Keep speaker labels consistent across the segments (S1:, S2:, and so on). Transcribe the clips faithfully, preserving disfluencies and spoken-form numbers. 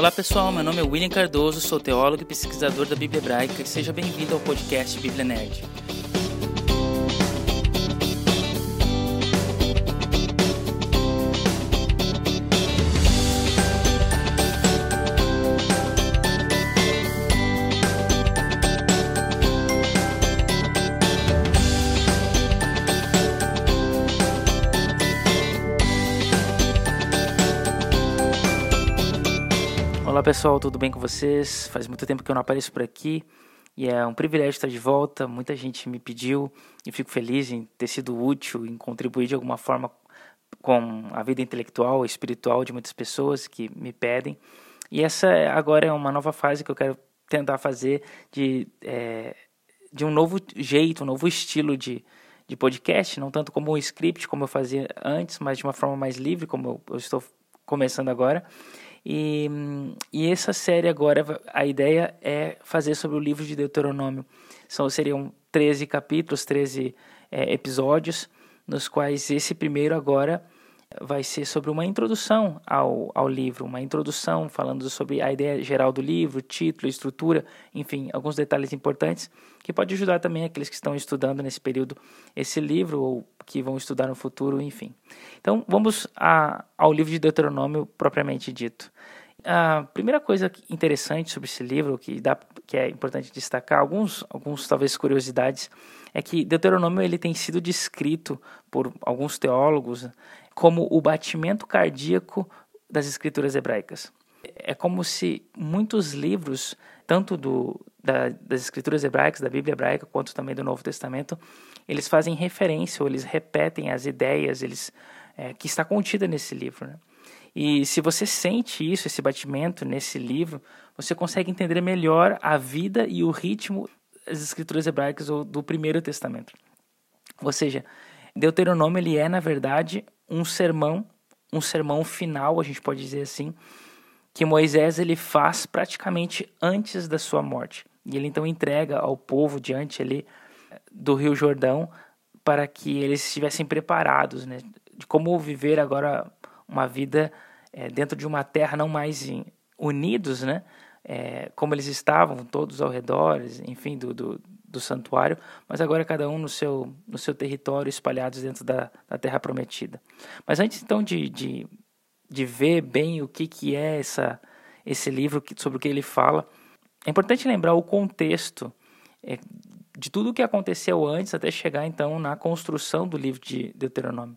S1: Olá pessoal, meu nome é William Cardoso, sou teólogo e pesquisador da Bíblia Hebraica e seja bem-vindo ao podcast Bíblia Nerd. Olá pessoal, tudo bem com vocês? Faz muito tempo que eu não apareço por aqui e é um privilégio estar de volta. Muita gente me pediu e fico feliz em ter sido útil, em contribuir de alguma forma com a vida intelectual e espiritual de muitas pessoas que me pedem. E essa agora é uma nova fase que eu quero tentar fazer de, é, de um novo jeito, um novo estilo de, de podcast, não tanto como um script como eu fazia antes, mas de uma forma mais livre, como eu, eu estou começando agora. E, e essa série agora, a ideia é fazer sobre o livro de Deuteronômio. São, seriam treze capítulos, treze é, episódios, nos quais esse primeiro agora vai ser sobre uma introdução ao, ao livro, uma introdução falando sobre a ideia geral do livro, título, estrutura, enfim, alguns detalhes importantes que pode ajudar também aqueles que estão estudando nesse período esse livro ou que vão estudar no futuro, enfim. Então, vamos a, ao livro de Deuteronômio propriamente dito. A primeira coisa interessante sobre esse livro, que, dá, que é importante destacar, alguns, alguns talvez curiosidades, é que Deuteronômio ele tem sido descrito por alguns teólogos como o batimento cardíaco das escrituras hebraicas. É como se muitos livros, tanto do, da, das escrituras hebraicas, da Bíblia hebraica, quanto também do Novo Testamento, eles fazem referência ou eles repetem as ideias eles, é, que está contida nesse livro, né? E se você sente isso, esse batimento nesse livro, você consegue entender melhor a vida e o ritmo das escrituras hebraicas ou do Primeiro Testamento. Ou seja, Deuteronômio ele é, na verdade, um sermão, um sermão final, a gente pode dizer assim, que Moisés ele faz praticamente antes da sua morte. E ele então entrega ao povo diante ali do Rio Jordão para que eles estivessem preparados, né, de como viver agora uma vida é, dentro de uma terra não mais em, unidos, né, é, como eles estavam todos ao redor, enfim, do, do, do santuário, mas agora cada um no seu, no seu território, espalhados dentro da, da terra prometida. Mas antes então de, de, de ver bem o que, que é essa, esse livro, sobre o que ele fala, é importante lembrar o contexto é, de tudo o que aconteceu antes até chegar então na construção do livro de Deuteronômio.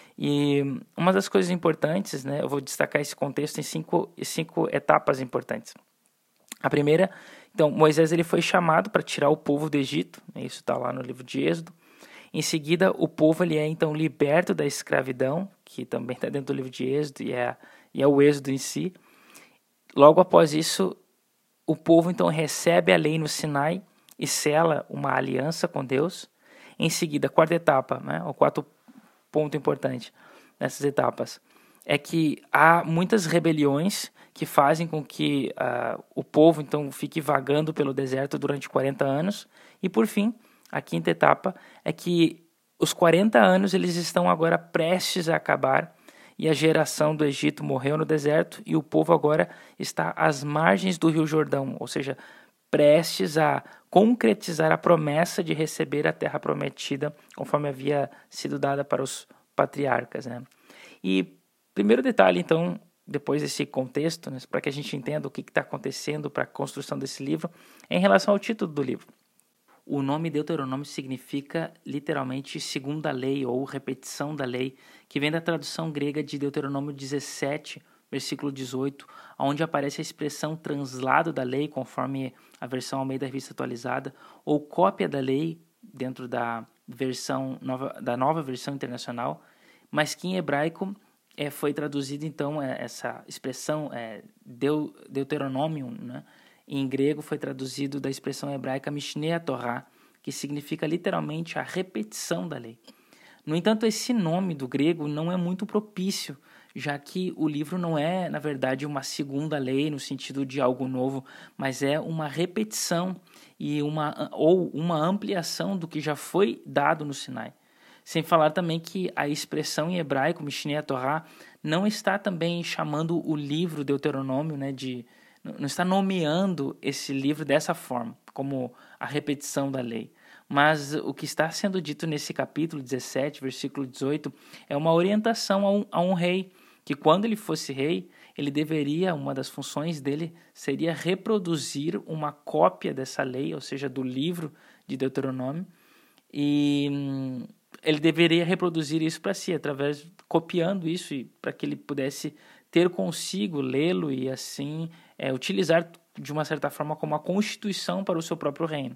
S1: E uma das coisas importantes, né, eu vou destacar esse contexto em cinco, cinco etapas importantes. A primeira, então, Moisés ele foi chamado para tirar o povo do Egito, né, isso está lá no livro de Êxodo. Em seguida, o povo ele é então liberto da escravidão, que também está dentro do livro de Êxodo, e é, e é o Êxodo em si. Logo após isso, o povo então recebe a lei no Sinai e sela uma aliança com Deus. Em seguida, a quarta etapa, né, o quarto ponto importante nessas etapas, é que há muitas rebeliões que fazem com que uh, o povo então fique vagando pelo deserto durante quarenta anos. E por fim, a quinta etapa é que os quarenta anos eles estão agora prestes a acabar e a geração do Egito morreu no deserto e o povo agora está às margens do Rio Jordão, ou seja, prestes a concretizar a promessa de receber a terra prometida, conforme havia sido dada para os patriarcas, né? E primeiro detalhe, então, depois desse contexto, né, para que a gente entenda o que está acontecendo para a construção desse livro, é em relação ao título do livro. O nome Deuteronômio significa literalmente segunda lei ou repetição da lei, que vem da tradução grega de Deuteronômio dezessete, versículo dezoito, onde aparece a expressão translado da lei, conforme a versão Almeida Revista Atualizada, ou cópia da lei, dentro da versão nova, da nova versão internacional, mas que em hebraico é, foi traduzido, então, é, essa expressão é, Deu, Deuteronomium, né? Em grego foi traduzido da expressão hebraica Mishneh Torah, que significa literalmente a repetição da lei. No entanto, esse nome do grego não é muito propício, já que o livro não é, na verdade, uma segunda lei no sentido de algo novo, mas é uma repetição e uma, ou uma ampliação do que já foi dado no Sinai. Sem falar também que a expressão em hebraico, Mishneh Torah, não está também chamando o livro Deuteronômio, né, de, não está nomeando esse livro dessa forma, como a repetição da lei. Mas o que está sendo dito nesse capítulo dezessete, versículo dezoito, é uma orientação a um, a um rei, que quando ele fosse rei, ele deveria, uma das funções dele seria reproduzir uma cópia dessa lei, ou seja, do livro de Deuteronômio, e hum, ele deveria reproduzir isso para si, através, copiando isso, para que ele pudesse ter consigo, lê-lo e assim é, utilizar de uma certa forma como a constituição para o seu próprio reino.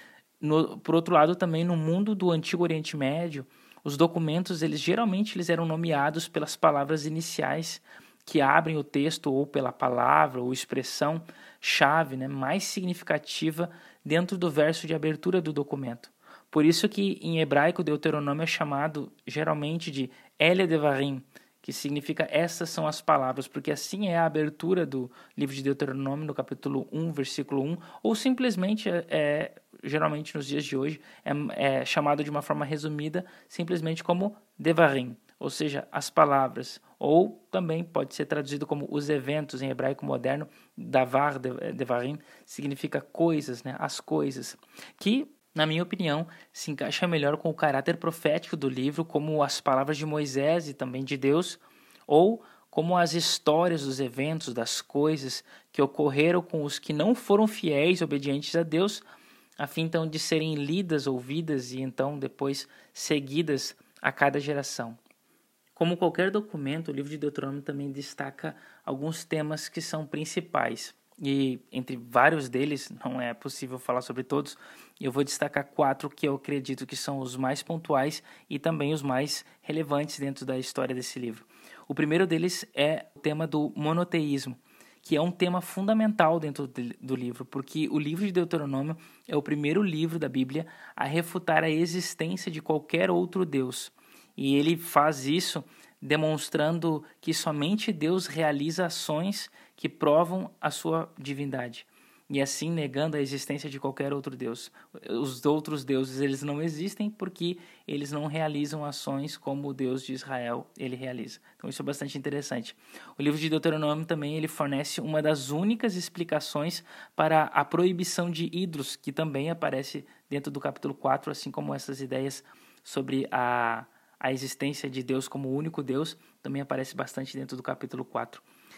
S1: No, por outro lado, também no mundo do Antigo Oriente Médio, os documentos, eles geralmente eles eram nomeados pelas palavras iniciais que abrem o texto, ou pela palavra ou expressão chave, né, mais significativa dentro do verso de abertura do documento. Por isso que em hebraico Deuteronômio é chamado geralmente de Ele Devarim, que significa essas são as palavras, porque assim é a abertura do livro de Deuteronômio no capítulo um, versículo um, ou simplesmente é, é geralmente nos dias de hoje é, é chamado de uma forma resumida simplesmente como Devarim, ou seja, as palavras, ou também pode ser traduzido como os eventos em hebraico moderno. Davar, Devarim, significa coisas, né? As coisas, que, na minha opinião, se encaixa melhor com o caráter profético do livro, como as palavras de Moisés e também de Deus, ou como as histórias dos eventos, das coisas que ocorreram com os que não foram fiéis, obedientes a Deus, a fim então de serem lidas, ouvidas e então depois seguidas a cada geração. Como qualquer documento, o livro de Deuteronômio também destaca alguns temas que são principais. E entre vários deles, não é possível falar sobre todos, eu vou destacar quatro que eu acredito que são os mais pontuais e também os mais relevantes dentro da história desse livro. O primeiro deles é o tema do monoteísmo, que é um tema fundamental dentro do livro, porque o livro de Deuteronômio é o primeiro livro da Bíblia a refutar a existência de qualquer outro Deus. E ele faz isso demonstrando que somente Deus realiza ações que provam a sua divindade, e assim negando a existência de qualquer outro Deus. Os outros deuses, eles não existem porque eles não realizam ações como o Deus de Israel ele realiza. Então isso é bastante interessante. O livro de Deuteronômio também ele fornece uma das únicas explicações para a proibição de ídolos, que também aparece dentro do capítulo quatro, assim como essas ideias sobre a A existência de Deus como o único Deus também aparece bastante dentro do capítulo quatro.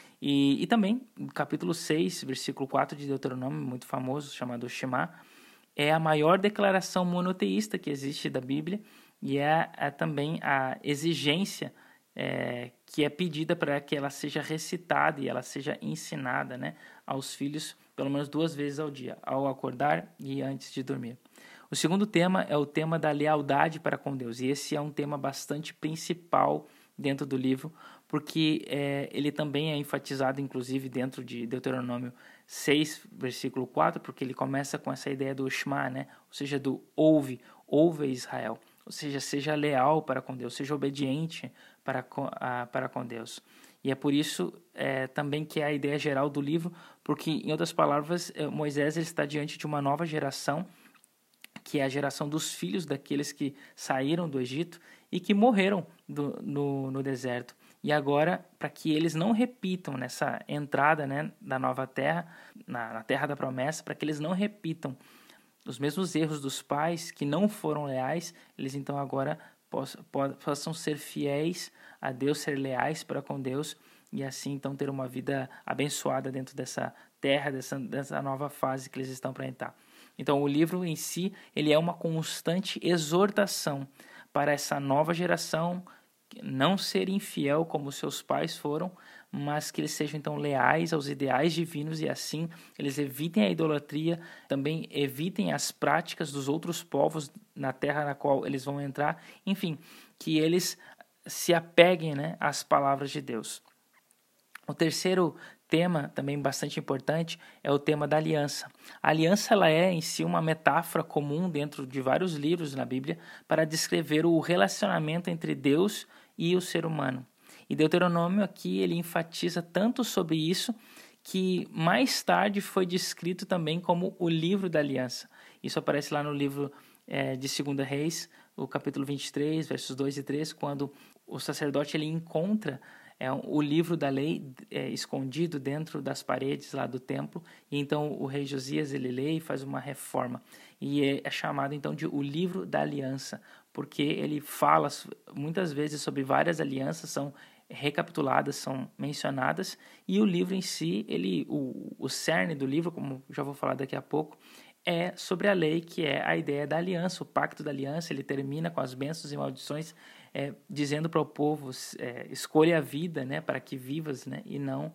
S1: E, e também, no capítulo seis, versículo quatro de Deuteronômio, muito famoso, chamado Shema, é a maior declaração monoteísta que existe da Bíblia e é, é também a exigência é, que é pedida para que ela seja recitada e ela seja ensinada, né, aos filhos pelo menos duas vezes ao dia, ao acordar e antes de dormir. O segundo tema é o tema da lealdade para com Deus, e esse é um tema bastante principal dentro do livro, porque é, ele também é enfatizado, inclusive, dentro de Deuteronômio seis, versículo quatro, porque ele começa com essa ideia do Shema, né? Ou seja, do ouve, ouve Israel, ou seja, seja leal para com Deus, seja obediente para com, a, para com Deus. E é por isso é, também que é a ideia geral do livro, porque, em outras palavras, Moisés ele está diante de uma nova geração, que é a geração dos filhos daqueles que saíram do Egito e que morreram do, no, no deserto. E agora, para que eles não repitam nessa entrada, né, da nova terra, na, na terra da promessa, para que eles não repitam os mesmos erros dos pais que não foram leais, eles então agora possam, possam ser fiéis a Deus, ser leais para com Deus e assim então ter uma vida abençoada dentro dessa terra, dessa, dessa nova fase que eles estão para entrar. Então, o livro em si, ele é uma constante exortação para essa nova geração não ser infiel como seus pais foram, mas que eles sejam, então, leais aos ideais divinos e, assim, eles evitem a idolatria, também evitem as práticas dos outros povos na terra na qual eles vão entrar, enfim, que eles se apeguem, né, às palavras de Deus. O terceiro tema, também bastante importante, é o tema da aliança. A aliança ela é em si uma metáfora comum dentro de vários livros na Bíblia para descrever o relacionamento entre Deus e o ser humano. E Deuteronômio aqui ele enfatiza tanto sobre isso que mais tarde foi descrito também como o livro da aliança. Isso aparece lá no livro é, de Segunda Reis, o capítulo vinte e três, versos dois e três, quando o sacerdote ele encontra é, o livro da lei é, escondido dentro das paredes lá do templo, e então o rei Josias ele lê e faz uma reforma, e é, é chamado então de o livro da aliança, porque ele fala muitas vezes sobre várias alianças, são recapituladas, são mencionadas, e o livro em si, ele, o, o cerne do livro, como já vou falar daqui a pouco, é sobre a lei, que é a ideia da aliança, o pacto da aliança. Ele termina com as bênçãos e maldições, é, dizendo para o povo, é, escolha a vida, né, para que vivas, né, e não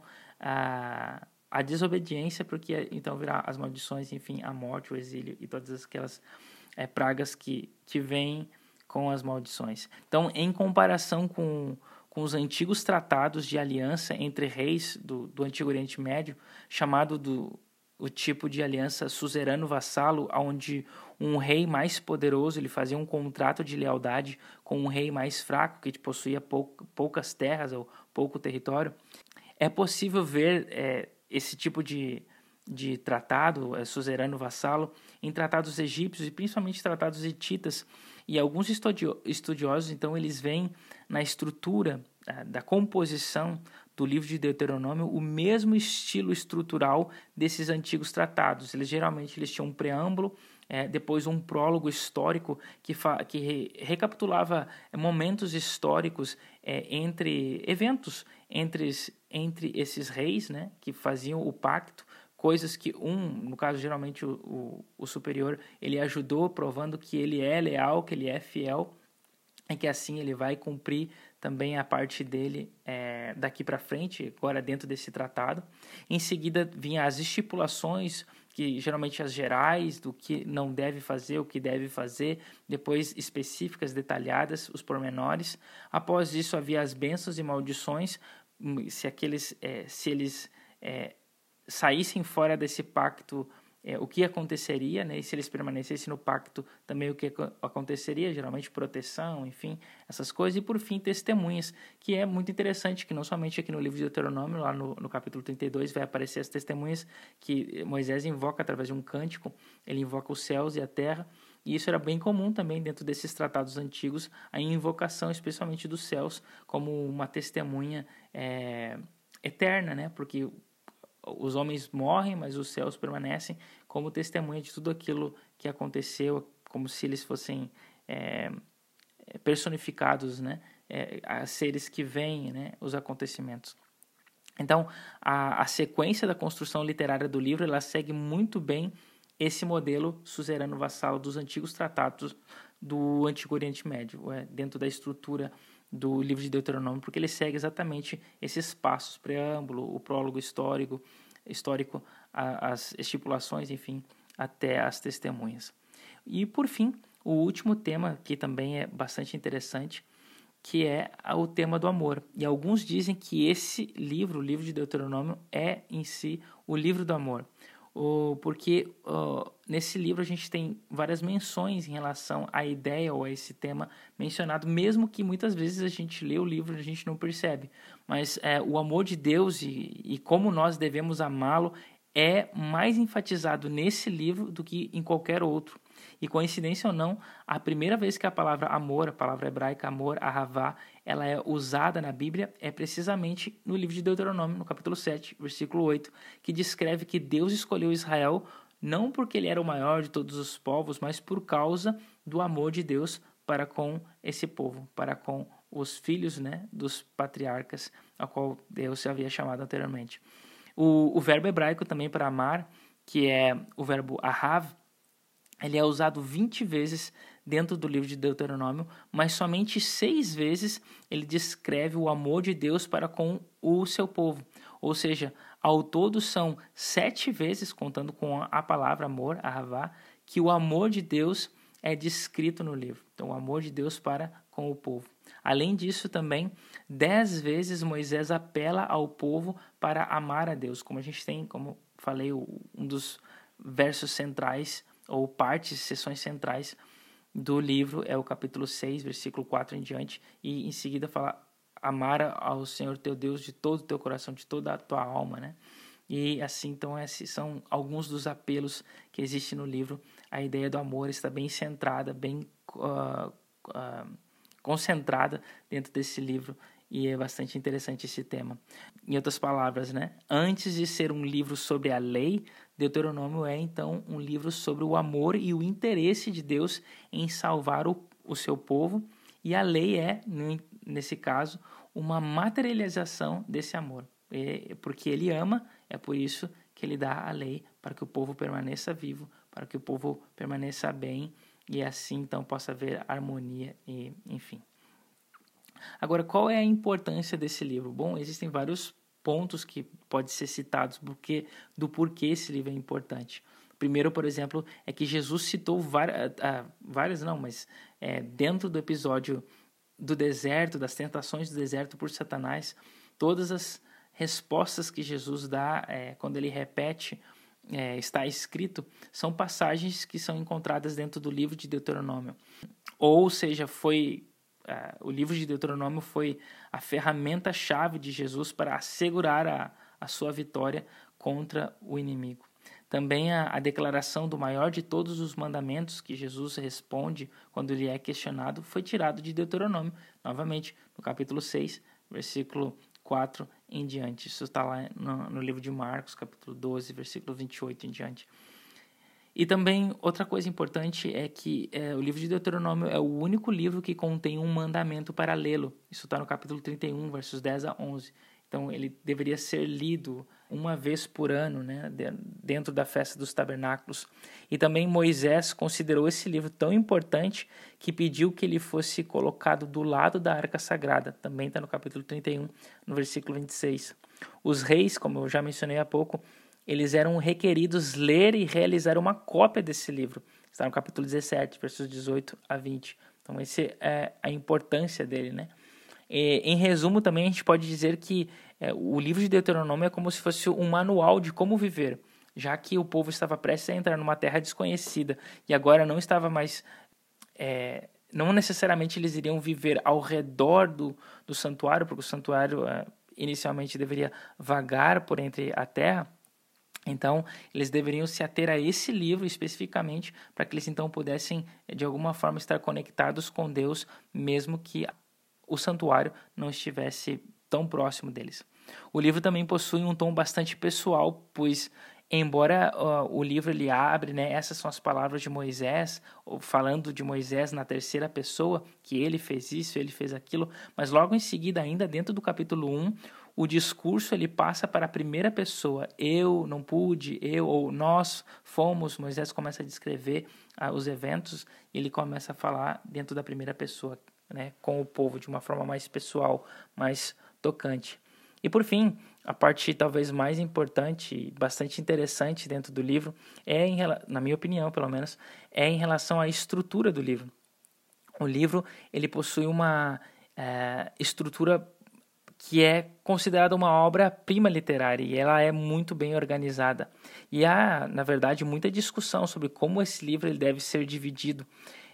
S1: a, a desobediência, porque então virá as maldições, enfim, a morte, o exílio e todas aquelas é, pragas que, que vêm com as maldições. Então, em comparação com, com os antigos tratados de aliança entre reis do, do Antigo Oriente Médio, chamado do o tipo de aliança suzerano-vassalo, onde um rei mais poderoso ele fazia um contrato de lealdade com um rei mais fraco, que possuía pou, poucas terras ou pouco território. É possível ver é, esse tipo de, de tratado, é, suzerano-vassalo, em tratados egípcios e principalmente tratados hititas. E alguns estudiosos, então, eles veem na estrutura é, da composição do livro de Deuteronômio o mesmo estilo estrutural desses antigos tratados. Eles geralmente eles tinham um preâmbulo, é, depois um prólogo histórico que, fa- que re- recapitulava momentos históricos é, entre eventos entre, entre esses reis, né, que faziam o pacto, coisas que um, no caso geralmente o, o, o superior, ele ajudou provando que ele é leal, que ele é fiel, e que assim ele vai cumprir também a parte dele é, daqui para frente, agora dentro desse tratado. Em seguida vinha as estipulações, que geralmente as gerais, do que não deve fazer, o que deve fazer, depois específicas, detalhadas, os pormenores. Após isso havia as bênçãos e maldições, se, aqueles, é, se eles é, saíssem fora desse pacto, É, o que aconteceria, né? E se eles permanecessem no pacto, também o que aconteceria, geralmente proteção, enfim, essas coisas. E por fim, testemunhas, que é muito interessante, que não somente aqui no livro de Deuteronômio, lá no, no capítulo trinta e dois, vai aparecer as testemunhas que Moisés invoca através de um cântico, ele invoca os céus e a terra, e isso era bem comum também dentro desses tratados antigos, a invocação especialmente dos céus, como uma testemunha é, eterna, né? Porque os homens morrem, mas os céus permanecem como testemunha de tudo aquilo que aconteceu, como se eles fossem é, personificados, né, é, a seres que veem, né, os acontecimentos. Então, a, a sequência da construção literária do livro ela segue muito bem esse modelo suzerano-vassalo dos antigos tratados do Antigo Oriente Médio, é, dentro da estrutura do livro de Deuteronômio, porque ele segue exatamente esses passos, preâmbulo, o prólogo histórico, histórico a, as estipulações, enfim, até as testemunhas. E, por fim, o último tema, que também é bastante interessante, que é o tema do amor. E alguns dizem que esse livro, o livro de Deuteronômio, é em si o livro do amor. O, porque uh, nesse livro a gente tem várias menções em relação à ideia ou a esse tema mencionado, mesmo que muitas vezes a gente lê o livro e a gente não percebe. Mas é, o amor de Deus e, e como nós devemos amá-lo é mais enfatizado nesse livro do que em qualquer outro. E coincidência ou não, a primeira vez que a palavra amor, a palavra hebraica amor, ahavá, ela é usada na Bíblia é precisamente no livro de Deuteronômio, no capítulo sete, versículo oito, que descreve que Deus escolheu Israel não porque ele era o maior de todos os povos, mas por causa do amor de Deus para com esse povo, para com os filhos, né, dos patriarcas, a qual Deus havia chamado anteriormente. O, o verbo hebraico também para amar, que é o verbo ahav, ele é usado vinte vezes dentro do livro de Deuteronômio, mas somente seis vezes ele descreve o amor de Deus para com o seu povo. Ou seja, ao todo são sete vezes, contando com a palavra amor, ahavá, que o amor de Deus é descrito no livro. Então, o amor de Deus para com o povo. Além disso, também, dez vezes Moisés apela ao povo para amar a Deus. Como a gente tem, como falei, um dos versos centrais ou partes, seções centrais do livro é o capítulo seis, versículo quatro em diante, e em seguida fala amar ao Senhor teu Deus de todo o teu coração, de toda a tua alma, né? E assim, então, esses são alguns dos apelos que existem no livro. A ideia do amor está bem centrada, bem uh, uh, concentrada dentro desse livro, e é bastante interessante esse tema. Em outras palavras, né, antes de ser um livro sobre a lei, Deuteronômio é então um livro sobre o amor e o interesse de Deus em salvar o, o seu povo, e a lei é, nesse caso, uma materialização desse amor. É porque ele ama, é por isso que ele dá a lei, para que o povo permaneça vivo, para que o povo permaneça bem, e assim então possa haver harmonia, e enfim. Agora, qual é a importância desse livro? Bom, existem vários pontos que podem ser citados porque, do porquê esse livro é importante. O primeiro, por exemplo, é que Jesus citou várias, ah, várias não, mas é, dentro do episódio do deserto, das tentações do deserto por Satanás, todas as respostas que Jesus dá é, quando ele repete, é, está escrito, são passagens que são encontradas dentro do livro de Deuteronômio. Ou seja, foi... Uh, o livro de Deuteronômio foi a ferramenta-chave de Jesus para assegurar a, a sua vitória contra o inimigo. Também a, a declaração do maior de todos os mandamentos que Jesus responde quando ele é questionado foi tirado de Deuteronômio, novamente no capítulo seis, versículo quatro em diante. Isso está lá no, no livro de Marcos, capítulo doze, versículo vinte e oito em diante. E também, outra coisa importante é que é, o livro de Deuteronômio é o único livro que contém um mandamento para lê-lo. Isso está no capítulo trinta e um, versos dez a onze. Então, ele deveria ser lido uma vez por ano, né, dentro da festa dos tabernáculos. E também Moisés considerou esse livro tão importante que pediu que ele fosse colocado do lado da Arca Sagrada. Também está no capítulo trinta e um, no versículo vinte e seis. Os reis, como eu já mencionei há pouco, eles eram requeridos ler e realizar uma cópia desse livro. Está no capítulo dezessete, versos dezoito a vinte. Então, essa é a importância dele, né? E, em resumo, também a gente pode dizer que é, o livro de Deuteronômio é como se fosse um manual de como viver, já que o povo estava prestes a entrar numa terra desconhecida e agora não estava mais... É, não necessariamente eles iriam viver ao redor do, do santuário, porque o santuário é, inicialmente deveria vagar por entre a terra. Então, eles deveriam se ater a esse livro especificamente para que eles então pudessem, de alguma forma, estar conectados com Deus, mesmo que o santuário não estivesse tão próximo deles. O livro também possui um tom bastante pessoal, pois, embora uh, o livro ele abre, né, essas são as palavras de Moisés, falando de Moisés na terceira pessoa, que ele fez isso, ele fez aquilo, mas logo em seguida, ainda dentro do capítulo um, o discurso ele passa para a primeira pessoa. Eu não pude, eu ou nós fomos. Moisés começa a descrever ah, os eventos e ele começa a falar dentro da primeira pessoa, né, com o povo de uma forma mais pessoal, mais tocante. E por fim, a parte talvez mais importante e bastante interessante dentro do livro, é em, na minha opinião pelo menos, é em relação à estrutura do livro. O livro ele possui uma é, estrutura que é considerada uma obra-prima literária e ela é muito bem organizada. E há, na verdade, muita discussão sobre como esse livro ele deve ser dividido.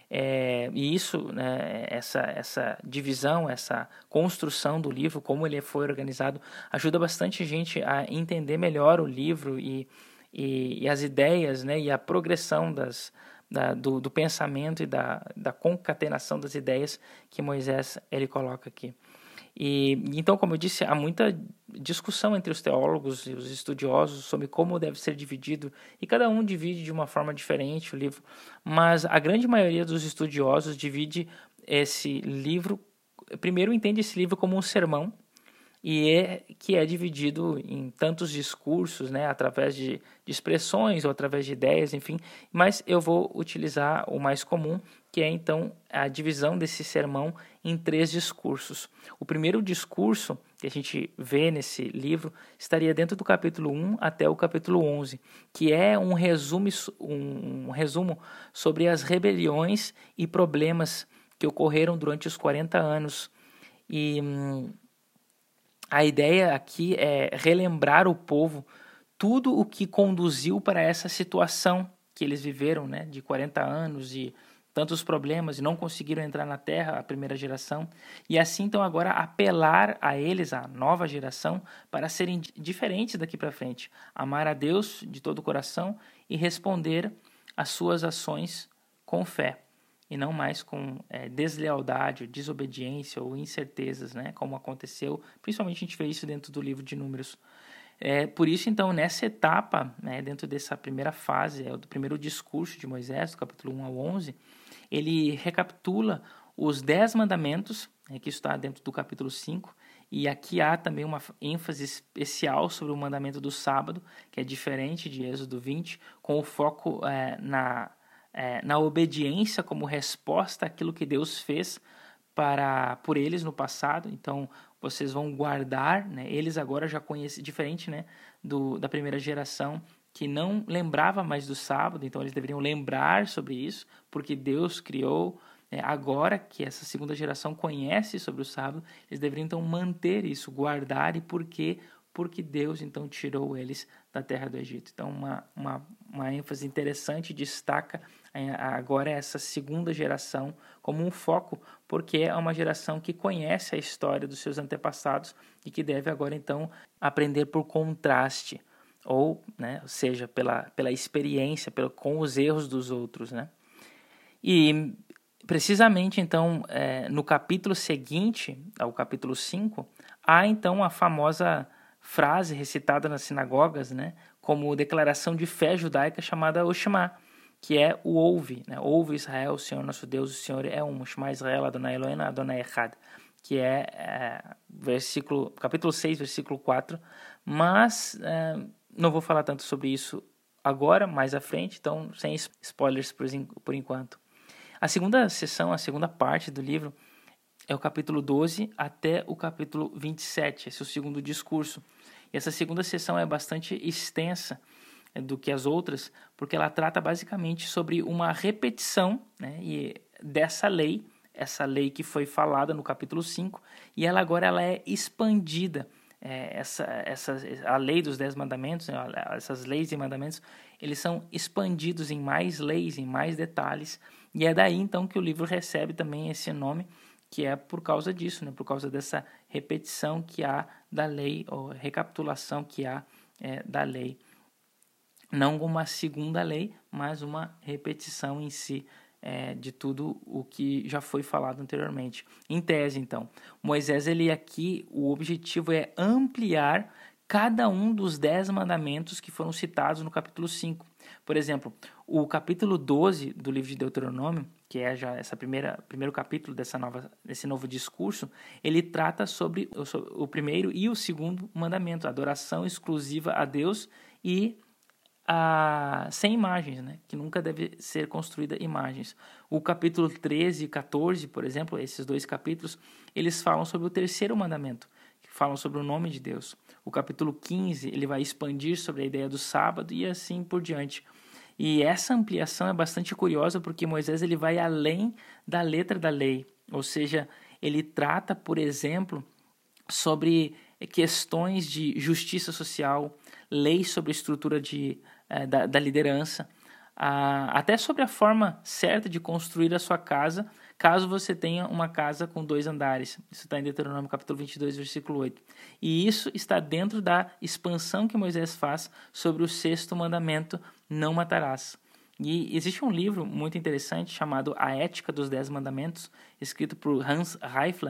S1: É, e isso, né, essa, essa divisão, essa construção do livro, como ele foi organizado, ajuda bastante a gente a entender melhor o livro e, e, e as ideias, né, e a progressão das, da, do, do pensamento e da, da concatenação das ideias que Moisés ele coloca aqui. E, então, como eu disse, há muita discussão entre os teólogos e os estudiosos sobre como deve ser dividido, e cada um divide de uma forma diferente o livro, mas a grande maioria dos estudiosos divide esse livro, primeiro entende esse livro como um sermão, e é, que é dividido em tantos discursos, né, através de, de expressões ou através de ideias, enfim, mas eu vou utilizar o mais comum, que é então a divisão desse sermão em três discursos. O primeiro discurso que a gente vê nesse livro estaria dentro do capítulo um até o capítulo onze, que é um resumo, um, um resumo sobre as rebeliões e problemas que ocorreram durante os quarenta anos. E hum, a ideia aqui é relembrar o povo tudo o que conduziu para essa situação que eles viveram, né, de quarenta anos e tantos problemas e não conseguiram entrar na terra, a primeira geração, e assim então agora apelar a eles, a nova geração, para serem diferentes daqui para frente, amar a Deus de todo o coração e responder às suas ações com fé. e não mais com é, deslealdade, desobediência ou incertezas, né, como aconteceu, principalmente a gente vê isso dentro do livro de Números. É, por isso, então, nessa etapa, né, dentro dessa primeira fase, é, do primeiro discurso de Moisés, do capítulo um ao onze, ele recapitula os dez mandamentos, né, que está dentro do capítulo cinco, e aqui há também uma ênfase especial sobre o mandamento do sábado, que é diferente de Êxodo vinte, com o foco é, na, é, na obediência como resposta àquilo que Deus fez para, por eles no passado. Então, vocês vão guardar, né, eles agora já conhecem, diferente, né, do, da primeira geração, que não lembrava mais do sábado, então eles deveriam lembrar sobre isso, porque Deus criou. É, agora que essa segunda geração conhece sobre o sábado, eles deveriam então manter isso, guardar. E por quê? Porque Deus então tirou eles da terra do Egito. Então uma, uma, uma ênfase interessante destaca é, agora essa segunda geração como um foco, porque é uma geração que conhece a história dos seus antepassados e que deve agora então aprender por contraste, ou, né, ou seja, pela, pela experiência, pelo, com os erros dos outros, né? E precisamente, então, é, no capítulo seguinte, ao capítulo cinco, há, então, a famosa frase recitada nas sinagogas, né, como declaração de fé judaica chamada o Shema, que é o ouve, né? Ouve Israel, o Senhor nosso Deus, o Senhor é um, Shema Israel, Adonai Eloheinu, Adonai Echad, que é, é versículo, capítulo seis, versículo quatro, mas é, não vou falar tanto sobre isso agora, mais à frente, então, sem spoilers por, por enquanto. A segunda sessão, a segunda parte do livro é o capítulo doze até o capítulo vinte e sete, esse é o segundo discurso. E essa segunda sessão é bastante extensa do que as outras, porque ela trata basicamente sobre uma repetição, né, e dessa lei, essa lei que foi falada no capítulo cinco, e ela agora ela é expandida. É, essa, essa, a lei dos dez mandamentos, né, essas leis e mandamentos, eles são expandidos em mais leis, em mais detalhes, e é daí então que o livro recebe também esse nome, que é por causa disso, né, por causa dessa repetição que há da lei, ou recapitulação que há é, da lei. Não uma segunda lei, mas uma repetição em si é, de tudo o que já foi falado anteriormente. Em tese, então, Moisés, ele aqui, o objetivo é ampliar cada um dos dez mandamentos que foram citados no capítulo cinco. Por exemplo, o capítulo doze do livro de Deuteronômio, que é já essa primeira primeiro capítulo dessa nova, desse novo discurso, ele trata sobre o, sobre o primeiro e o segundo mandamento, a adoração exclusiva a Deus e a, sem imagens, né? Que nunca deve ser construída imagens. O capítulo treze e catorze, por exemplo, esses dois capítulos, eles falam sobre o terceiro mandamento, que falam sobre o nome de Deus. O capítulo quinze, ele vai expandir sobre a ideia do sábado e assim por diante. E essa ampliação é bastante curiosa porque Moisés ele vai além da letra da lei, ou seja, ele trata, por exemplo, sobre questões de justiça social, leis sobre a estrutura de, eh, da, da liderança, a, até sobre a forma certa de construir a sua casa, caso você tenha uma casa com dois andares. Isso está em Deuteronômio capítulo vinte e dois, versículo oito. E isso está dentro da expansão que Moisés faz sobre o sexto mandamento, não matarás. E existe um livro muito interessante chamado A Ética dos Dez Mandamentos, escrito por Hans Reifler.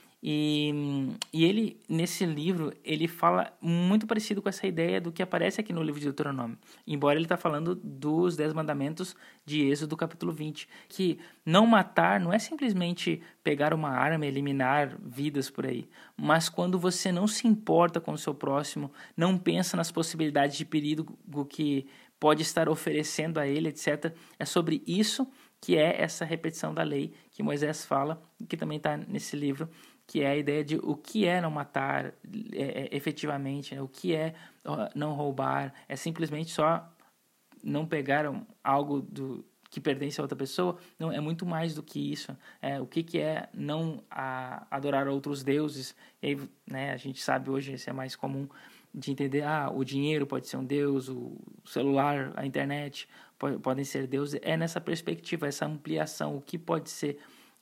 S1: E, e ele, nesse livro, ele fala muito parecido com essa ideia do que aparece aqui no livro de Deuteronômio. Embora ele está falando dos Dez Mandamentos de Êxodo, capítulo vinte. Que não matar não é simplesmente pegar uma arma e eliminar vidas por aí. Mas quando você não se importa com o seu próximo, não pensa nas possibilidades de perigo que pode estar oferecendo a ele, etcétera. É sobre isso que é essa repetição da lei que Moisés fala, que também está nesse livro, que é a ideia de o que é não matar é, é, efetivamente, né? O que é não roubar, é simplesmente só não pegar algo do, que pertence a outra pessoa. Não, é muito mais do que isso. É, o que, que é não a, adorar outros deuses. E aí, né, a gente sabe hoje, isso é mais comum de entender, ah, o dinheiro pode ser um deus, o celular, a internet pode, podem ser deuses. É nessa perspectiva, essa ampliação, o que pode ser,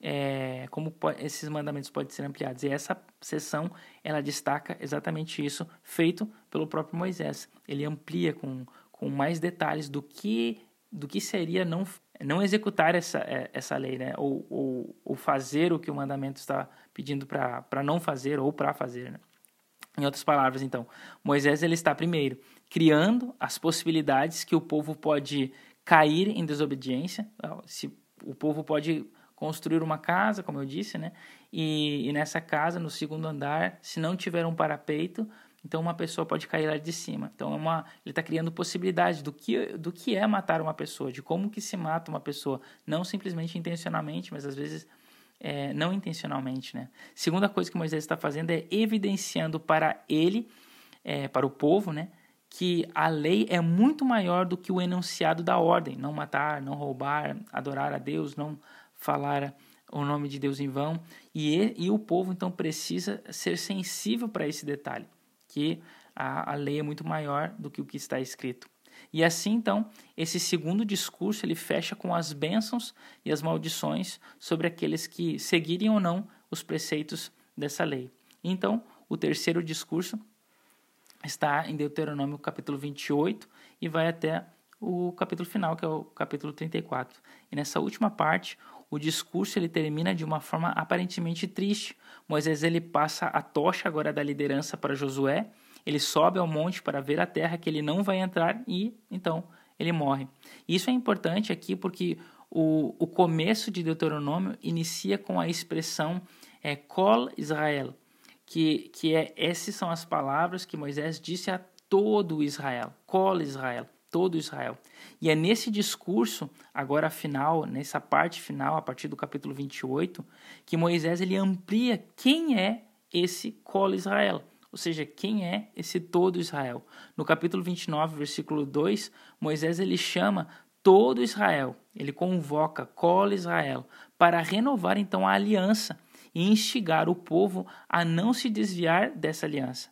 S1: é, como pode, esses mandamentos podem ser ampliados. E essa sessão, ela destaca exatamente isso, feito pelo próprio Moisés. Ele amplia com, com mais detalhes do que do que seria não, não executar essa, essa lei, né? Ou, ou, ou fazer o que o mandamento está pedindo para não fazer ou para fazer, né? Em outras palavras, então, Moisés ele está primeiro criando as possibilidades que o povo pode cair em desobediência. Se o povo pode construir uma casa, como eu disse, né? E, e nessa casa, no segundo andar, se não tiver um parapeito, então uma pessoa pode cair lá de cima. Então é uma, ele está criando possibilidades do que, do que é matar uma pessoa, de como que se mata uma pessoa, não simplesmente intencionalmente, mas às vezes é, não intencionalmente, né? Segunda coisa que Moisés está fazendo é evidenciando para ele, é, para o povo, né, que a lei é muito maior do que o enunciado da ordem, não matar, não roubar, adorar a Deus, não falar o nome de Deus em vão, e, e o povo então precisa ser sensível para esse detalhe, que a, a lei é muito maior do que o que está escrito. E assim, então, esse segundo discurso ele fecha com as bênçãos e as maldições sobre aqueles que seguirem ou não os preceitos dessa lei. Então, o terceiro discurso está em Deuteronômio capítulo vinte e oito e vai até o capítulo final, que é o capítulo trinta e quatro. E nessa última parte, o discurso ele termina de uma forma aparentemente triste. Moisés ele passa a tocha agora da liderança para Josué, ele sobe ao monte para ver a terra que ele não vai entrar e, então, ele morre. Isso é importante aqui porque o, o começo de Deuteronômio inicia com a expressão é, Kol Israel, que, que é, essas são as palavras que Moisés disse a todo Israel, Kol Israel, todo Israel. E é nesse discurso, agora final, nessa parte final, a partir do capítulo vinte e oito, que Moisés ele amplia quem é esse Kol Israel, ou seja, quem é esse todo Israel. No capítulo vinte e nove, versículo dois, Moisés ele chama todo Israel, ele convoca Kol Israel para renovar então a aliança e instigar o povo a não se desviar dessa aliança.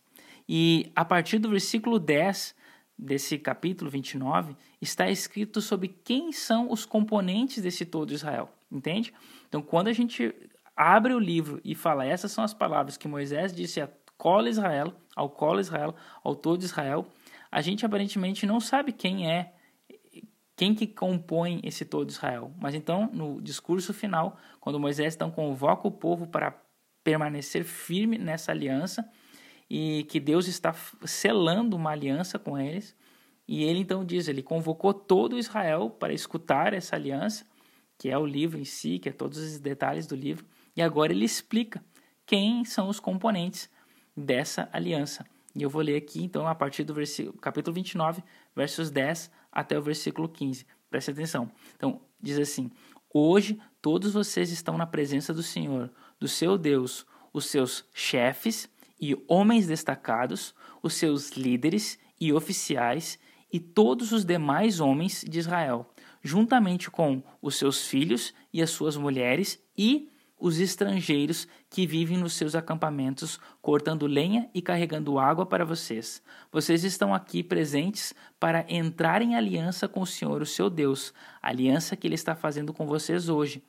S1: E a partir do versículo dez desse capítulo vinte e nove, está escrito sobre quem são os componentes desse todo Israel, entende? Então, quando a gente abre o livro e fala, essas são as palavras que Moisés disse a Kol Israel, ao Kol Israel, ao todo Israel, a gente aparentemente não sabe quem é, quem que compõe esse todo Israel. Mas então, no discurso final, quando Moisés então convoca o povo para permanecer firme nessa aliança, e que Deus está selando uma aliança com eles, e ele então diz, ele convocou todo Israel para escutar essa aliança, que é o livro em si, que é todos os detalhes do livro, e agora ele explica quem são os componentes dessa aliança. E eu vou ler aqui, então, a partir do versículo, capítulo vinte e nove, versos dez até o versículo quinze. Preste atenção. Então, diz assim, hoje todos vocês estão na presença do Senhor, do seu Deus, os seus chefes e homens destacados, os seus líderes e oficiais e todos os demais homens de Israel, juntamente com os seus filhos e as suas mulheres e os estrangeiros que vivem nos seus acampamentos, cortando lenha e carregando água para vocês. Vocês estão aqui presentes para entrar em aliança com o Senhor, o seu Deus, a aliança que Ele está fazendo com vocês hoje,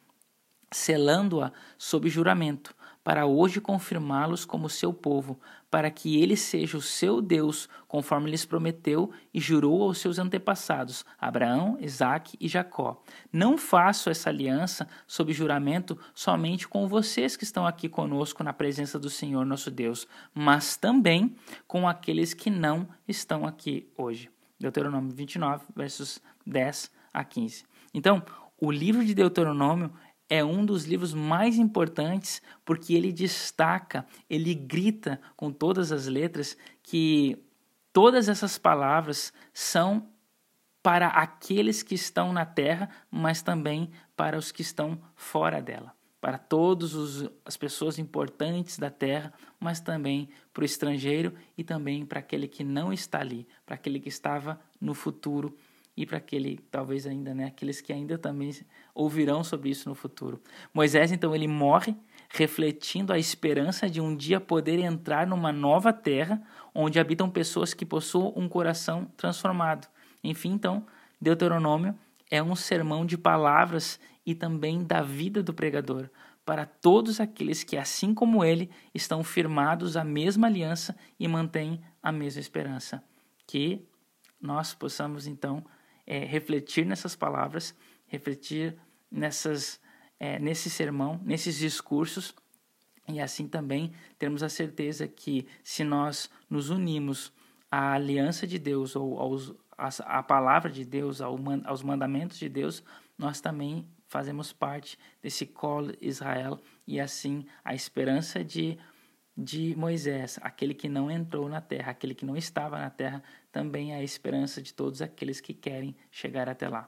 S1: selando-a sob juramento, para hoje confirmá-los como seu povo, para que ele seja o seu Deus, conforme lhes prometeu e jurou aos seus antepassados, Abraão, Isaque e Jacó. Não faço essa aliança sob juramento somente com vocês que estão aqui conosco na presença do Senhor nosso Deus, mas também com aqueles que não estão aqui hoje. Deuteronômio vinte e nove, versos dez a quinze. Então, o livro de Deuteronômio é um dos livros mais importantes porque ele destaca, ele grita com todas as letras que todas essas palavras são para aqueles que estão na terra, mas também para os que estão fora dela. Para todas as pessoas importantes da terra, mas também para o estrangeiro e também para aquele que não está ali, para aquele que estava no futuro e para aquele, talvez ainda, né, aqueles que ainda também ouvirão sobre isso no futuro. Moisés, então, ele morre refletindo a esperança de um dia poder entrar numa nova terra onde habitam pessoas que possuam um coração transformado. Enfim, então, Deuteronômio é um sermão de palavras e também da vida do pregador, para todos aqueles que, assim como ele, estão firmados à mesma aliança e mantêm a mesma esperança. Que nós possamos, então, é, refletir nessas palavras, refletir nessas, é, nesse sermão, nesses discursos, e assim também termos a certeza que se nós nos unimos à aliança de Deus ou aos, à palavra de Deus, aos mandamentos de Deus, nós também fazemos parte desse Kol Israel, e assim a esperança de, de Moisés, aquele que não entrou na terra, aquele que não estava na terra, também é a esperança de todos aqueles que querem chegar até lá.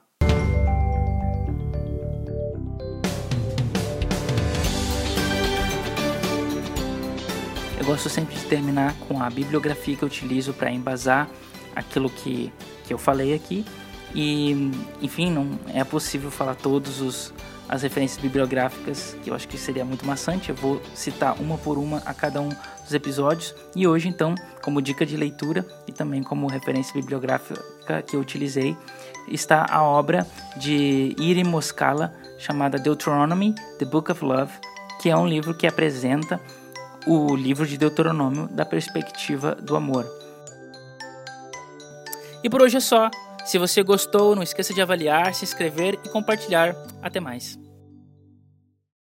S1: Eu gosto sempre de terminar com a bibliografia que eu utilizo para embasar aquilo que, que eu falei aqui. E, enfim, não é possível falar todas as referências bibliográficas, que eu acho que seria muito maçante. Eu vou citar uma por uma a cada um dos episódios. E hoje, então, como dica de leitura e também como referência bibliográfica que eu utilizei, está a obra de Iri Moskala, chamada Deuteronomy, The Book of Love, que é um livro que apresenta o livro de Deuteronômio da perspectiva do amor. E por hoje é só. Se você gostou, não esqueça de avaliar, se inscrever e compartilhar. Até mais.